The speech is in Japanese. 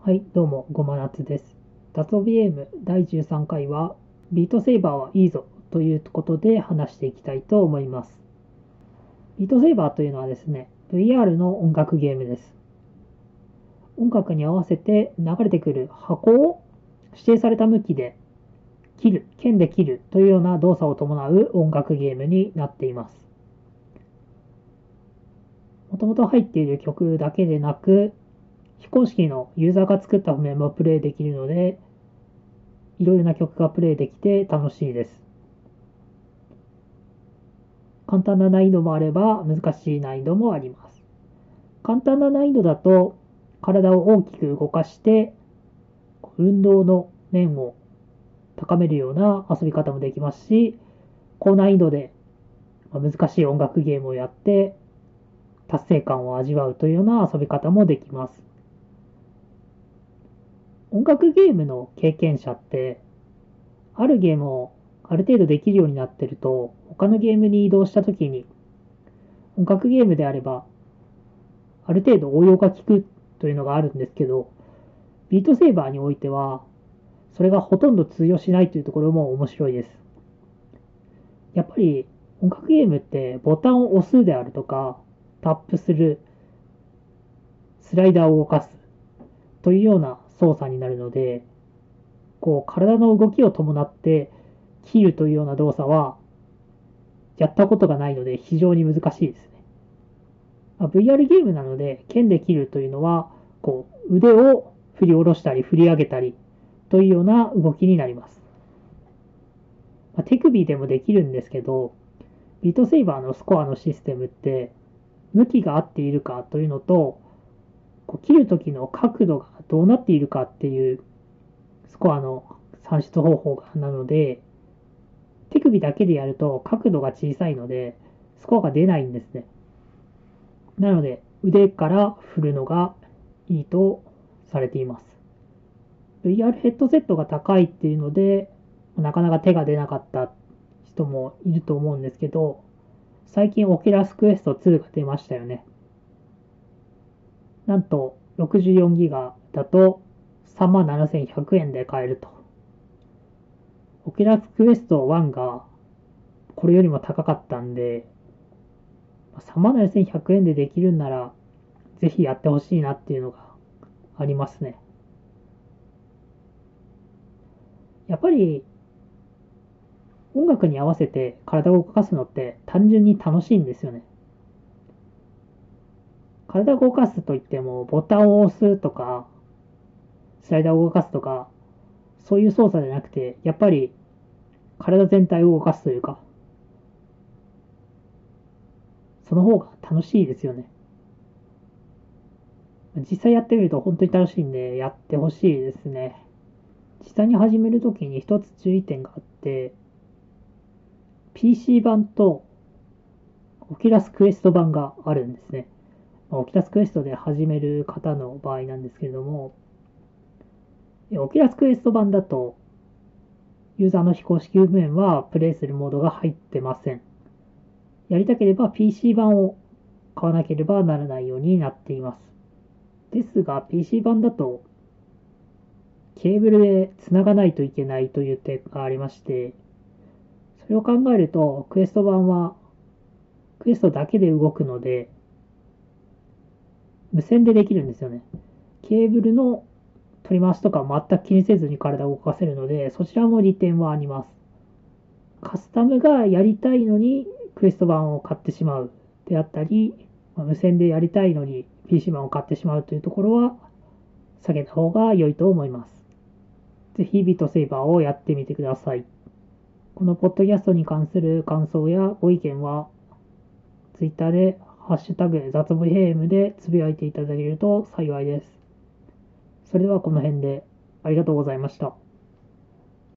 はい、どうも、ごまなつです。脱オビゲーム第13回は、ビートセイバーはいいぞということで話していきたいと思います。ビートセイバーというのはですね、VR の音楽ゲームです。音楽に合わせて流れてくる箱を指定された向きで切る、剣で切るというような動作を伴う音楽ゲームになっています。もともと入っている曲だけでなく、非公式のユーザーが作った譜面もプレイできるので、いろいろな曲がプレイできて楽しいです。簡単な難易度もあれば難しい難易度もあります。簡単な難易度だと体を大きく動かして運動の面を高めるような遊び方もできますし、高難易度で難しい音楽ゲームをやって達成感を味わうというような遊び方もできます。音楽ゲームの経験者ってあるゲームをある程度できるようになってると他のゲームに移動した時に音楽ゲームであればある程度応用が効くというのがあるんですけど、ビートセーバーにおいては、それがほとんど通用しないというところも面白いです。やっぱり音楽ゲームってボタンを押すであるとか、タップする、スライダーを動かすというような操作になるので、体の動きを伴って切るというような動作はやったことがないので非常に難しいですね。VR ゲームなので剣で切るというのは腕を振り下ろしたり振り上げたりというような動きになります。手首でもできるんですけど、ビートセイバーのスコアのシステムって向きが合っているかというのと切る時の角度がどうなっているかっていうスコアの算出方法なので、手首だけでやると角度が小さいのでスコアが出ないんですね。なので腕から振るのがいいとされています。VR ヘッドセットが高いっていうのでなかなか手が出なかった人もいると思うんですけど、最近オキュラスクエスト2が出ましたよね。なんと64ギガだと37,100円で買えると。オキュラスクエスト1がこれよりも高かったんで、37,100円でできるんならぜひやってほしいなっていうのがありますね。やっぱり音楽に合わせて体を動かすのって単純に楽しいんですよね。体を動かすといってもボタンを押すとかスライダーを動かすとかそういう操作じゃなくて、やっぱり体全体を動かすというか、その方が楽しいですよね。実際やってみると本当に楽しいんでやってほしいですね。実際に始めるときに一つ注意点があって、PC 版とオキュラスクエスト版があるんですね。オキュラスクエストで始める方の場合なんですけれども、オキュラスクエスト版だとユーザーの非公式譜面はプレイするモードが入ってません。やりたければ PC 版を買わなければならないようになっています。ですが PC 版だとケーブルで繋がないといけないという点がありまして、それを考えるとクエスト版はクエストだけで動くので無線でできるんですよね。ケーブルの取り回しとか全く気にせずに体を動かせるので、そちらも利点はあります。カスタムがやりたいのにクエスト版を買ってしまうであったり、無線でやりたいのに PC 版を買ってしまうというところは避けた方が良いと思います。ぜひビートセイバーをやってみてください。このポッドキャストに関する感想やご意見は Twitter でハッシュタグ雑部ヘイムでつぶやいていただけると幸いです。それではこの辺でありがとうございました。